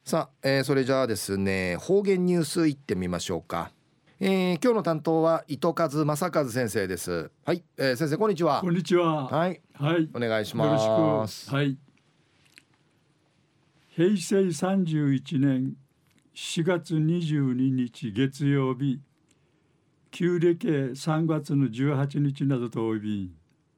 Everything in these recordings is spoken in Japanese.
さあ、それじゃあですね、方言ニュースいってみましょうか。今日の担当は糸数正和先生です。はい、先生こんにちは。 こんにちは。 はい、 はい。 お願いしよろしく。 ます。 はい。平成31年4月22日月曜日、旧暦3月の18日などとおび、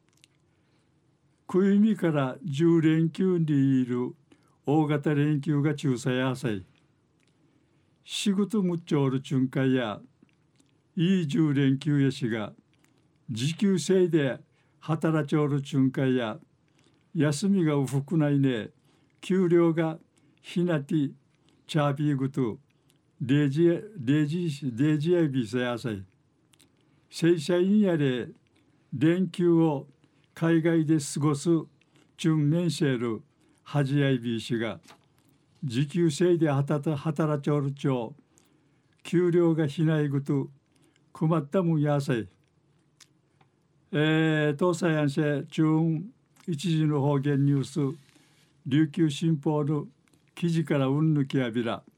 くゆみから10連休にいる大型連休が中さやさい。仕事むっちょおるちゅんかや、いい10連休やしが、時給制で働ちょるちゅんかや、休みがうふくないね、給料がひなてチャービーグとデージやびさやさい。正社員やれ連休を海外で過ごすチュンネンシェルはじやいびしが時給制で働ちょるちょ給料がひないぐと困ったもんやさい。東西安市中一時の方言ニュース琉球新報の記事からうんぬきやびら。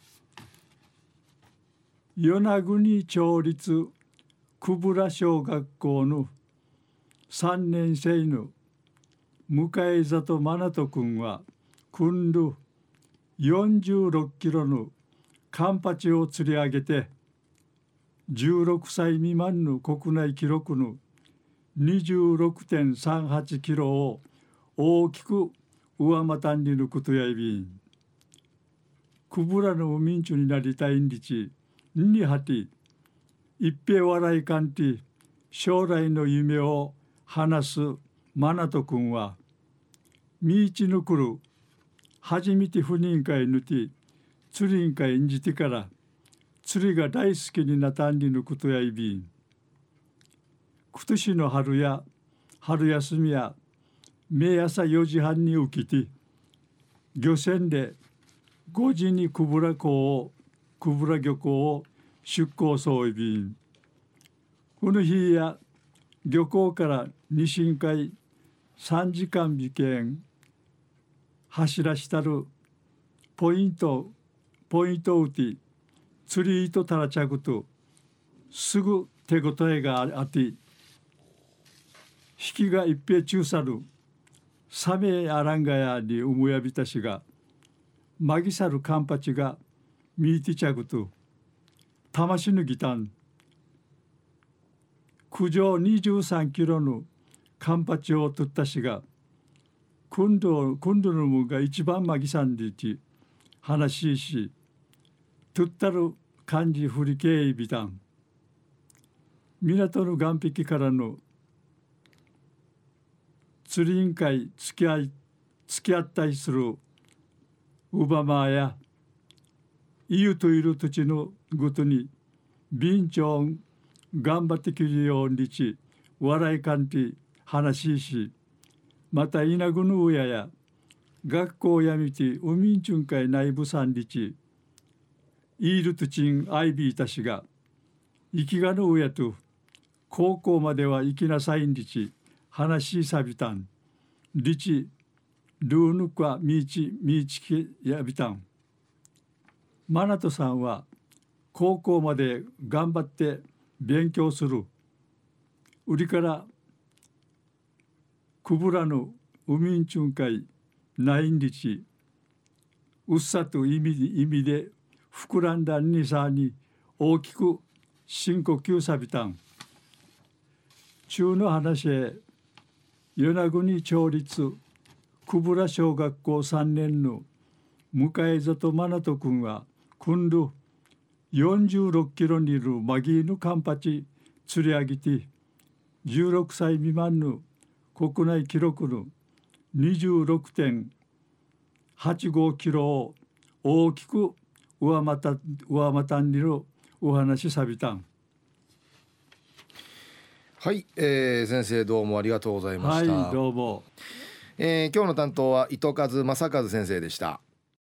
与那国町立久部良小学校の3年生の向里真人君は今度46キロのカンパチを釣り上げて16歳未満の国内記録の 26.38 キロを大きく上回たんりぬことやいびん。くぶらの民主になりたいんりちにはて一平笑いかんて将来の夢を話すマナト君はみいちぬくる初めて不認会ぬて釣りん会んじてから釣りが大好きになったんりぬことやいびん。今年の春や春休みや毎朝4時半に起きて漁船で5時に久部良漁港を出港そういびん。この日や漁港から二深海3時間美見走らしたるポイントうて釣り糸たらちゃくとすぐ手応えがあって引きが一平中さるサメアランガヤに思やびたしがマギサルカンパチがミーティチャグと魂のギタン九条23キロのカンパチを取ったしが今度のもが一番マギさんでち話し取ったる漢字振りけいびたん港の岸壁からの釣り委員会付き合ったりするウバマやイユといる土地のごとにビンチョン頑張ってきるようにち笑いかんて話しまた稲ぐぬうや学校やみてウミンチュン会内部さんりちイールトチンアイビーたしが生きがぬうやと高校までは行きなさいんりち話しさびたんりちルーヌクワミーチキやびたんマナトさんは高校まで頑張って勉強する売りからくぶらぬウミンチュン会ないんりちうっさと意味で膨らんだにさに大きく深呼吸さびたん中の話へ与那国町立久部良小学校3年の向里真人君は今度46キロにいるマギーのカンパチ釣り上げて16歳未満の国内記録の 26.85 キロを大きく上回たんにるお話さびたん。 はい、先生どうもありがとうございました。 はい、どうも。 今日の担当は糸数正和先生でした。